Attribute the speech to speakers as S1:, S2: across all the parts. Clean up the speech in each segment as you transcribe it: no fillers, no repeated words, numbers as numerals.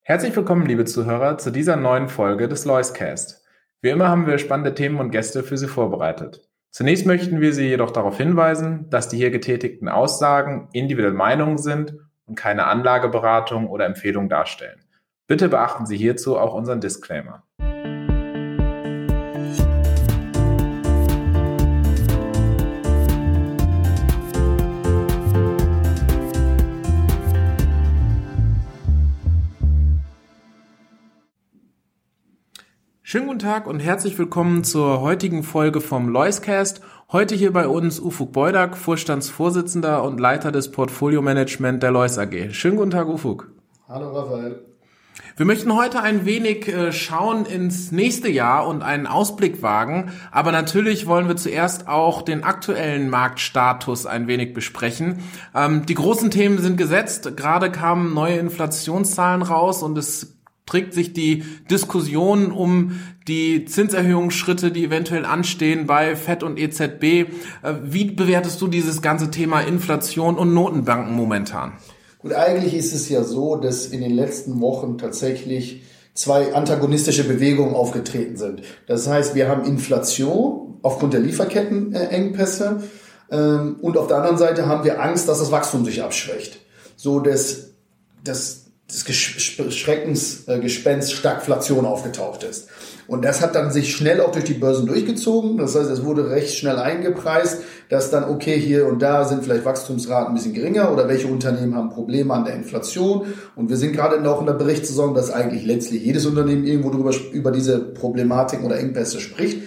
S1: Herzlich willkommen, liebe Zuhörer, zu dieser neuen Folge des Loiscast. Wie immer haben wir spannende Themen und Gäste für Sie vorbereitet. Zunächst möchten wir Sie jedoch darauf hinweisen, dass die hier getätigten Aussagen individuelle Meinungen sind und keine Anlageberatung oder Empfehlung darstellen. Bitte beachten Sie hierzu auch unseren Disclaimer. Schönen guten Tag und herzlich willkommen zur heutigen Folge vom Loiscast. Heute hier bei uns Ufuk Boydak, Vorstandsvorsitzender und Leiter des Portfolio-Management der Lois AG. Schönen guten Tag, Ufuk.
S2: Hallo, Raphael.
S1: Wir möchten heute ein wenig schauen ins nächste Jahr und einen Ausblick wagen, aber natürlich wollen wir zuerst auch den aktuellen Marktstatus ein wenig besprechen. Die großen Themen sind gesetzt, gerade kamen neue Inflationszahlen raus und es trägt sich die Diskussion um die Zinserhöhungsschritte, die eventuell anstehen bei FED und EZB. Wie bewertest du dieses ganze Thema Inflation und Notenbanken momentan?
S2: Gut, eigentlich ist es ja so, dass in den letzten Wochen tatsächlich zwei antagonistische Bewegungen aufgetreten sind. Das heißt, wir haben Inflation aufgrund der Lieferkettenengpässe und auf der anderen Seite haben wir Angst, dass das Wachstum sich abschwächt. So dass das Schreckensgespenst Stagflation aufgetaucht ist. Und das hat dann sich schnell auch durch die Börsen durchgezogen. Das heißt, es wurde recht schnell eingepreist, dass dann, okay, hier und da sind vielleicht Wachstumsraten ein bisschen geringer oder welche Unternehmen haben Probleme an der Inflation. Und wir sind gerade auch in der Berichtssaison, dass eigentlich letztlich jedes Unternehmen irgendwo über diese Problematik oder Engpässe spricht.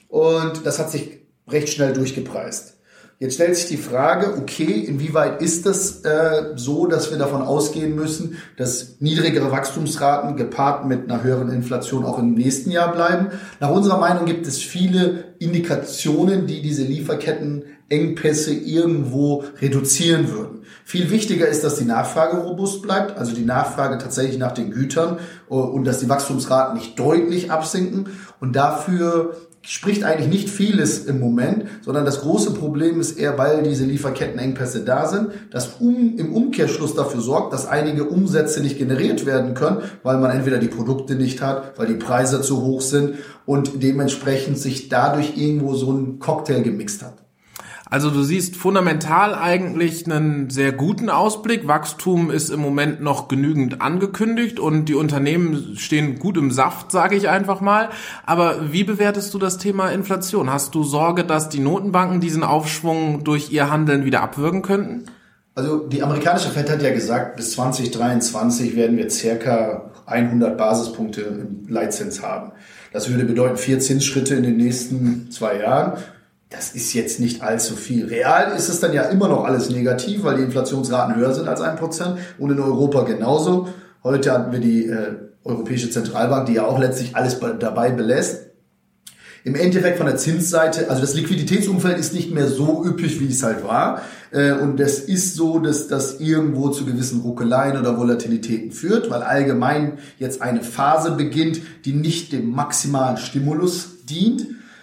S2: Und das hat sich recht schnell durchgepreist. Jetzt stellt sich die Frage, okay, inwieweit ist das so, dass wir davon ausgehen müssen, dass niedrigere Wachstumsraten gepaart mit einer höheren Inflation auch im nächsten Jahr bleiben? Nach unserer Meinung gibt es viele Indikationen, die diese Lieferkettenengpässe irgendwo reduzieren würden. Viel wichtiger ist, dass die Nachfrage robust bleibt, also die Nachfrage tatsächlich nach den Gütern und dass die Wachstumsraten nicht deutlich absinken. Und dafür spricht eigentlich nicht vieles im Moment, sondern das große Problem ist eher, weil diese Lieferkettenengpässe da sind, das im Umkehrschluss dafür sorgt, dass einige Umsätze nicht generiert werden können, weil man entweder die Produkte nicht hat, weil die Preise zu hoch sind und dementsprechend sich dadurch irgendwo so ein Cocktail gemixt hat.
S1: Also du siehst fundamental eigentlich einen sehr guten Ausblick. Wachstum ist im Moment noch genügend angekündigt und die Unternehmen stehen gut im Saft, sage ich einfach mal. Aber wie bewertest du das Thema Inflation? Hast du Sorge, dass die Notenbanken diesen Aufschwung durch ihr Handeln wieder abwürgen könnten?
S2: Also die amerikanische FED hat ja gesagt, bis 2023 werden wir circa 100 Basispunkte im Leitzins haben. Das würde bedeuten 4 Zinsschritte in den nächsten 2 Jahren. Das ist jetzt nicht allzu viel. Real ist es dann ja immer noch alles negativ, weil die Inflationsraten höher sind als 1% und in Europa genauso. Heute hatten wir die Europäische Zentralbank, die ja auch letztlich alles dabei belässt. Im Endeffekt von der Zinsseite, also das Liquiditätsumfeld ist nicht mehr so üppig, wie es halt war. Und es ist so, dass das irgendwo zu gewissen Ruckeleien oder Volatilitäten führt, weil allgemein jetzt eine Phase beginnt, die nicht dem maximalen Stimulus dient.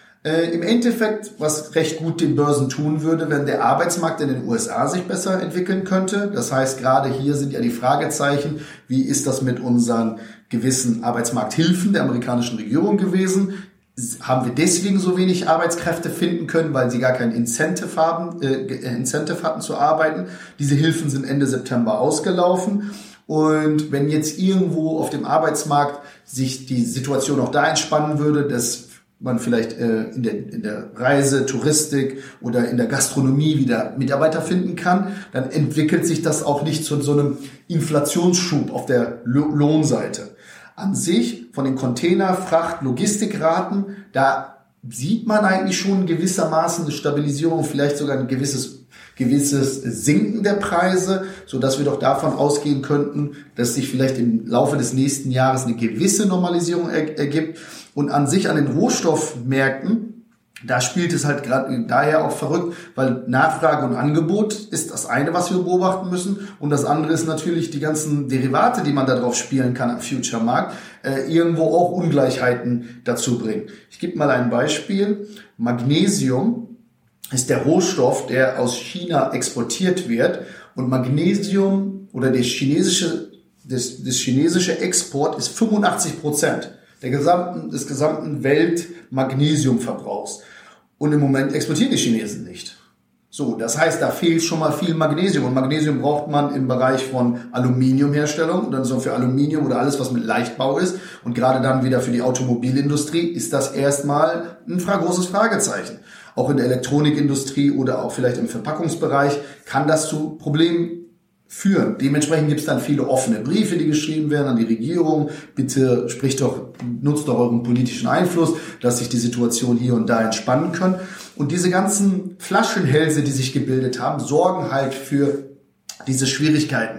S2: Im Endeffekt, was recht gut den Börsen tun würde, wenn der Arbeitsmarkt in den USA sich besser entwickeln könnte. Das heißt, gerade hier sind ja die Fragezeichen, wie ist das mit unseren gewissen Arbeitsmarkthilfen der amerikanischen Regierung gewesen? Haben wir deswegen so wenig Arbeitskräfte finden können, weil sie gar kein Incentive hatten zu arbeiten? Diese Hilfen sind Ende September ausgelaufen. Und wenn jetzt irgendwo auf dem Arbeitsmarkt sich die Situation auch da entspannen würde, dass man vielleicht in der Reise, Touristik oder in der Gastronomie wieder Mitarbeiter finden kann, dann entwickelt sich das auch nicht zu so einem Inflationsschub auf der Lohnseite. An sich von den Container-, Fracht-, Logistikraten, da sieht man eigentlich schon gewissermaßen eine Stabilisierung, vielleicht sogar ein gewisses Sinken der Preise, so dass wir doch davon ausgehen könnten, dass sich vielleicht im Laufe des nächsten Jahres eine gewisse Normalisierung ergibt. Und an sich an den Rohstoffmärkten, da spielt es halt gerade daher auch verrückt, weil Nachfrage und Angebot ist das eine, was wir beobachten müssen. Und das andere ist natürlich die ganzen Derivate, die man da drauf spielen kann am Future-Markt, irgendwo auch Ungleichheiten dazu bringen. Ich gebe mal ein Beispiel. Magnesium ist der Rohstoff, der aus China exportiert wird. Und Magnesium oder der chinesische das chinesische Export ist 85% des gesamten Weltmagnesiumverbrauchs. Und im Moment exportieren die Chinesen nicht. So, das heißt, da fehlt schon mal viel Magnesium. Und Magnesium braucht man im Bereich von Aluminiumherstellung und dann so für Aluminium oder alles, was mit Leichtbau ist. Und gerade dann wieder für die Automobilindustrie ist das erstmal ein großes Fragezeichen. Auch in der Elektronikindustrie oder auch vielleicht im Verpackungsbereich kann das zu Problemen führen. Dementsprechend gibt es dann viele offene Briefe, die geschrieben werden an die Regierung. Bitte nutzt doch euren politischen Einfluss, dass sich die Situation hier und da entspannen kann. Und diese ganzen Flaschenhälse, die sich gebildet haben, sorgen halt für diese Schwierigkeiten.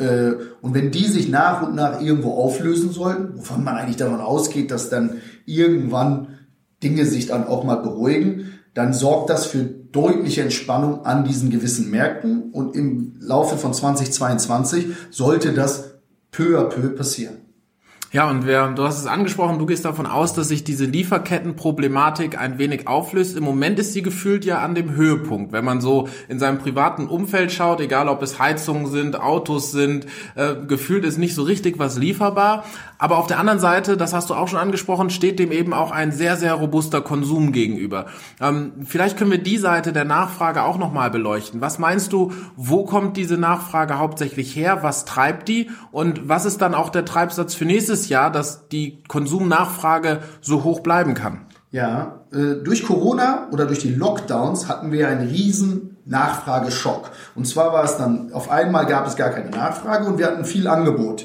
S2: Und wenn die sich nach und nach irgendwo auflösen sollten, wovon man eigentlich davon ausgeht, dass dann irgendwann Dinge sich dann auch mal beruhigen, dann sorgt das für deutliche Entspannung an diesen gewissen Märkten und im Laufe von 2022 sollte das peu à peu passieren.
S1: Ja, und du hast es angesprochen, du gehst davon aus, dass sich diese Lieferkettenproblematik ein wenig auflöst. Im Moment ist sie gefühlt ja an dem Höhepunkt. Wenn man so in seinem privaten Umfeld schaut, egal ob es Heizungen sind, Autos sind, gefühlt ist nicht so richtig was lieferbar. Aber auf der anderen Seite, das hast du auch schon angesprochen, steht dem eben auch ein sehr, sehr robuster Konsum gegenüber. Vielleicht können wir die Seite der Nachfrage auch nochmal beleuchten. Was meinst du, wo kommt diese Nachfrage hauptsächlich her? Was treibt die? Und was ist dann auch der Treibsatz für nächstes Jahr, dass die Konsumnachfrage so hoch bleiben kann?
S2: Ja, durch Corona oder durch die Lockdowns hatten wir einen riesen Nachfrageschock. Und zwar war es dann, auf einmal gab es gar keine Nachfrage und wir hatten viel Angebot.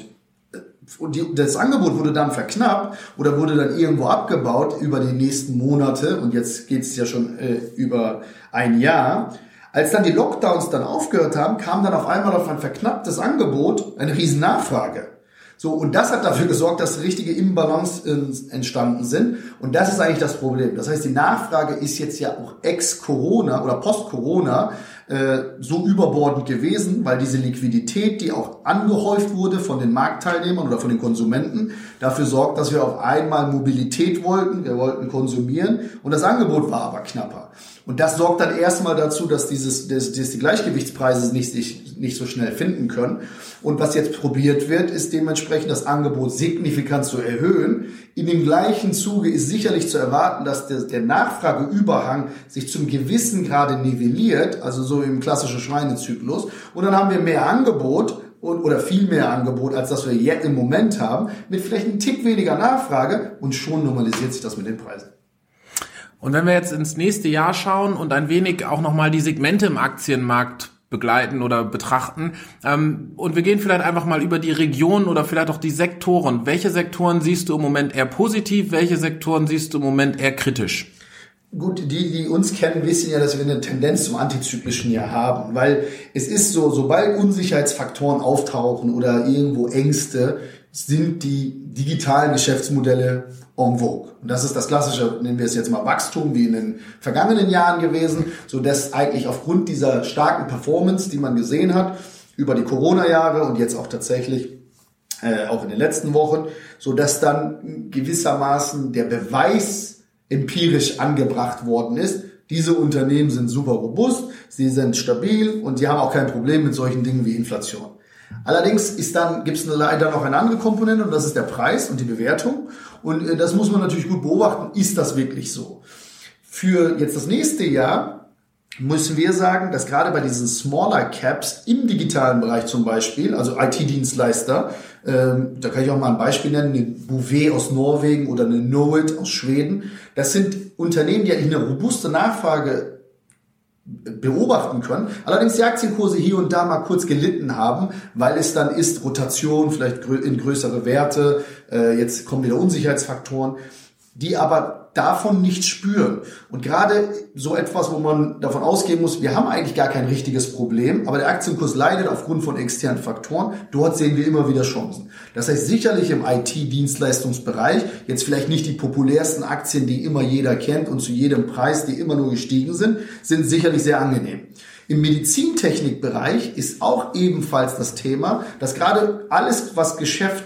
S2: Und das Angebot wurde dann verknappt oder wurde dann irgendwo abgebaut über die nächsten Monate und jetzt geht es ja schon über ein Jahr. Als dann die Lockdowns dann aufgehört haben, kam dann auf einmal auf ein verknapptes Angebot eine riesen Nachfrage. So, und das hat dafür gesorgt, dass richtige Imbalance entstanden sind. Und das ist eigentlich das Problem. Das heißt, die Nachfrage ist jetzt ja auch ex-Corona oder post-Corona so überbordend gewesen, weil diese Liquidität, die auch angehäuft wurde von den Marktteilnehmern oder von den Konsumenten, dafür sorgt, dass wir auf einmal Mobilität wollten, wir wollten konsumieren und das Angebot war aber knapper. Und das sorgt dann erstmal dazu, dass die Gleichgewichtspreise nicht so schnell finden können. Und was jetzt probiert wird, ist dementsprechend das Angebot signifikant zu erhöhen. In dem gleichen Zuge ist sicherlich zu erwarten, dass der Nachfrageüberhang sich zum gewissen Grade nivelliert, also so im klassischen Schweinezyklus. Und dann haben wir mehr Angebot oder viel mehr Angebot, als das wir jetzt im Moment haben, mit vielleicht ein Tick weniger Nachfrage und schon normalisiert sich das mit den Preisen.
S1: Und wenn wir jetzt ins nächste Jahr schauen und ein wenig auch nochmal die Segmente im Aktienmarkt begleiten oder betrachten, und wir gehen vielleicht einfach mal über die Regionen oder vielleicht auch die Sektoren. Welche Sektoren siehst du im Moment eher positiv? Welche Sektoren siehst du im Moment eher kritisch?
S2: Gut, die uns kennen, wissen ja, dass wir eine Tendenz zum Antizyklischen hier haben, weil es ist so, sobald Unsicherheitsfaktoren auftauchen oder irgendwo Ängste, sind die digitalen Geschäftsmodelle en vogue. Und das ist das klassische, nennen wir es jetzt mal Wachstum, wie in den vergangenen Jahren gewesen, so dass eigentlich aufgrund dieser starken Performance, die man gesehen hat, über die Corona-Jahre und jetzt auch tatsächlich auch in den letzten Wochen, so dass dann gewissermaßen der Beweis empirisch angebracht worden ist, diese Unternehmen sind super robust, sie sind stabil und die haben auch kein Problem mit solchen Dingen wie Inflation. Allerdings gibt es leider noch eine andere Komponente und das ist der Preis und die Bewertung. Und das muss man natürlich gut beobachten. Ist das wirklich so? Für jetzt das nächste Jahr müssen wir sagen, dass gerade bei diesen Smaller Caps im digitalen Bereich zum Beispiel, also IT-Dienstleister, da kann ich auch mal ein Beispiel nennen, eine Bouvet aus Norwegen oder eine Knowit aus Schweden. Das sind Unternehmen, die eigentlich eine robuste Nachfrage beobachten können. Allerdings die Aktienkurse hier und da mal kurz gelitten haben, weil es dann ist Rotation, vielleicht in größere Werte, jetzt kommen wieder Unsicherheitsfaktoren, die aber davon nichts spüren. Und gerade so etwas, wo man davon ausgehen muss, wir haben eigentlich gar kein richtiges Problem, aber der Aktienkurs leidet aufgrund von externen Faktoren. Dort sehen wir immer wieder Chancen. Das heißt, sicherlich im IT-Dienstleistungsbereich, jetzt vielleicht nicht die populärsten Aktien, die immer jeder kennt und zu jedem Preis, die immer nur gestiegen sind sicherlich sehr angenehm. Im Medizintechnikbereich ist auch ebenfalls das Thema, dass gerade alles, was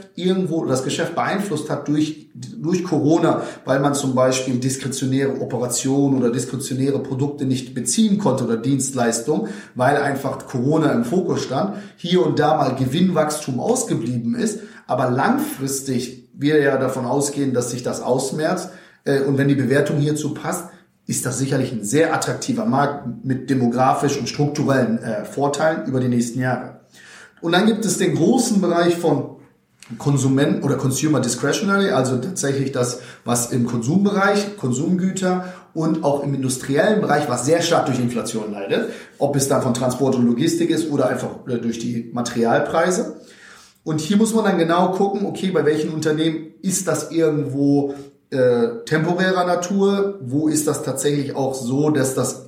S2: das Geschäft beeinflusst hat durch Corona, weil man zum Beispiel diskretionäre Operationen oder diskretionäre Produkte nicht beziehen konnte oder Dienstleistungen, weil einfach Corona im Fokus stand, hier und da mal Gewinnwachstum ausgeblieben ist, aber langfristig wir ja davon ausgehen, dass sich das ausmerzt und wenn die Bewertung hierzu passt, ist das sicherlich ein sehr attraktiver Markt mit demografisch und strukturellen Vorteilen über die nächsten Jahre. Und dann gibt es den großen Bereich von Konsumenten oder Consumer Discretionary, also tatsächlich das, was im Konsumbereich, Konsumgüter und auch im industriellen Bereich, was sehr stark durch Inflation leidet, ob es dann von Transport und Logistik ist oder einfach durch die Materialpreise. Und hier muss man dann genau gucken, okay, bei welchen Unternehmen ist das irgendwo temporärer Natur, wo ist das tatsächlich auch so, dass das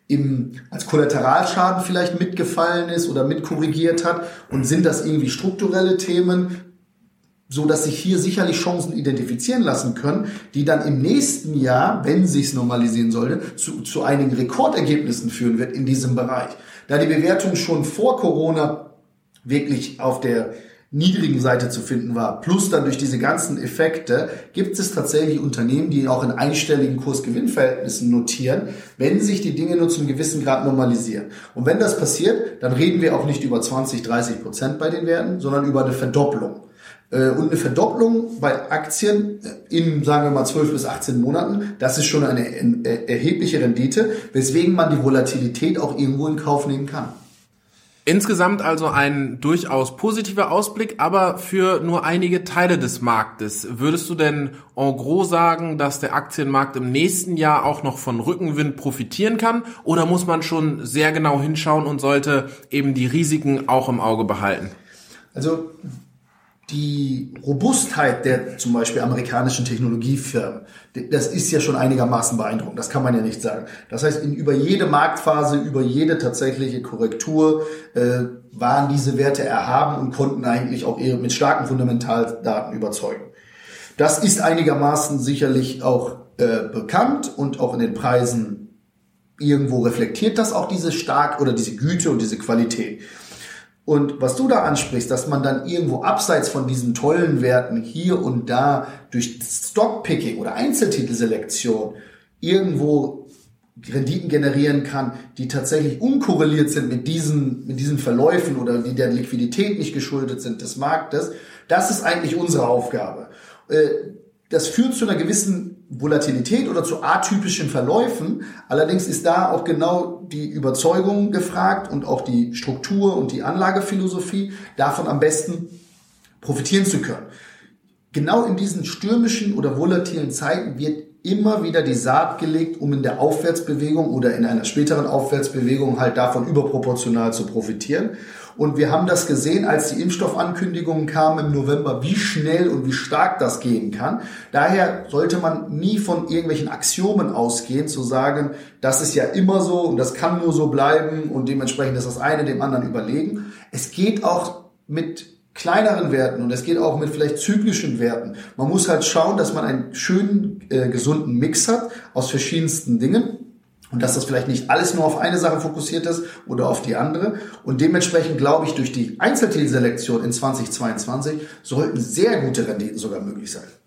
S2: als Kollateralschaden vielleicht mitgefallen ist oder mitkorrigiert hat und sind das irgendwie strukturelle Themen, so dass sich hier sicherlich Chancen identifizieren lassen können, die dann im nächsten Jahr, wenn sich's normalisieren sollte, zu einigen Rekordergebnissen führen wird in diesem Bereich. Da die Bewertung schon vor Corona wirklich auf der niedrigen Seite zu finden war, plus dann durch diese ganzen Effekte, gibt es tatsächlich Unternehmen, die auch in einstelligen Kurs-Gewinn-Verhältnissen notieren, wenn sich die Dinge nur zum gewissen Grad normalisieren. Und wenn das passiert, dann reden wir auch nicht über 20-30% bei den Werten, sondern über eine Verdopplung. Und eine Verdopplung bei Aktien in, sagen wir mal, 12 bis 18 Monaten, das ist schon eine erhebliche Rendite, weswegen man die Volatilität auch irgendwo in Kauf nehmen kann.
S1: Insgesamt also ein durchaus positiver Ausblick, aber für nur einige Teile des Marktes. Würdest du denn en gros sagen, dass der Aktienmarkt im nächsten Jahr auch noch von Rückenwind profitieren kann? Oder muss man schon sehr genau hinschauen und sollte eben die Risiken auch im Auge behalten?
S2: Also die Robustheit der zum Beispiel amerikanischen Technologiefirmen, das ist ja schon einigermaßen beeindruckend, das kann man ja nicht sagen. Das heißt, über jede Marktphase, über jede tatsächliche Korrektur waren diese Werte erhaben und konnten eigentlich auch mit starken Fundamentaldaten überzeugen. Das ist einigermaßen sicherlich auch bekannt und auch in den Preisen irgendwo reflektiert das auch diese diese Güte und diese Qualität. Und was du da ansprichst, dass man dann irgendwo abseits von diesen tollen Werten hier und da durch Stockpicking oder Einzeltitelselektion irgendwo Renditen generieren kann, die tatsächlich unkorreliert sind mit diesen Verläufen oder die der Liquidität nicht geschuldet sind des Marktes, das ist eigentlich unsere Aufgabe. Das führt zu einer gewissen Volatilität oder zu atypischen Verläufen. Allerdings ist da auch genau die Überzeugung gefragt und auch die Struktur und die Anlagephilosophie, davon am besten profitieren zu können. Genau in diesen stürmischen oder volatilen Zeiten wird immer wieder die Saat gelegt, um in der Aufwärtsbewegung oder in einer späteren Aufwärtsbewegung halt davon überproportional zu profitieren. Und wir haben das gesehen, als die Impfstoffankündigungen kamen im November, wie schnell und wie stark das gehen kann. Daher sollte man nie von irgendwelchen Axiomen ausgehen, zu sagen, das ist ja immer so und das kann nur so bleiben und dementsprechend ist das eine dem anderen überlegen. Es geht auch mit kleineren Werten und es geht auch mit vielleicht zyklischen Werten. Man muss halt schauen, dass man einen schönen, gesunden Mix hat aus verschiedensten Dingen. Und dass das vielleicht nicht alles nur auf eine Sache fokussiert ist oder auf die andere. Und dementsprechend glaube ich, durch die Einzeltitelselektion in 2022 sollten sehr gute Renditen sogar möglich sein.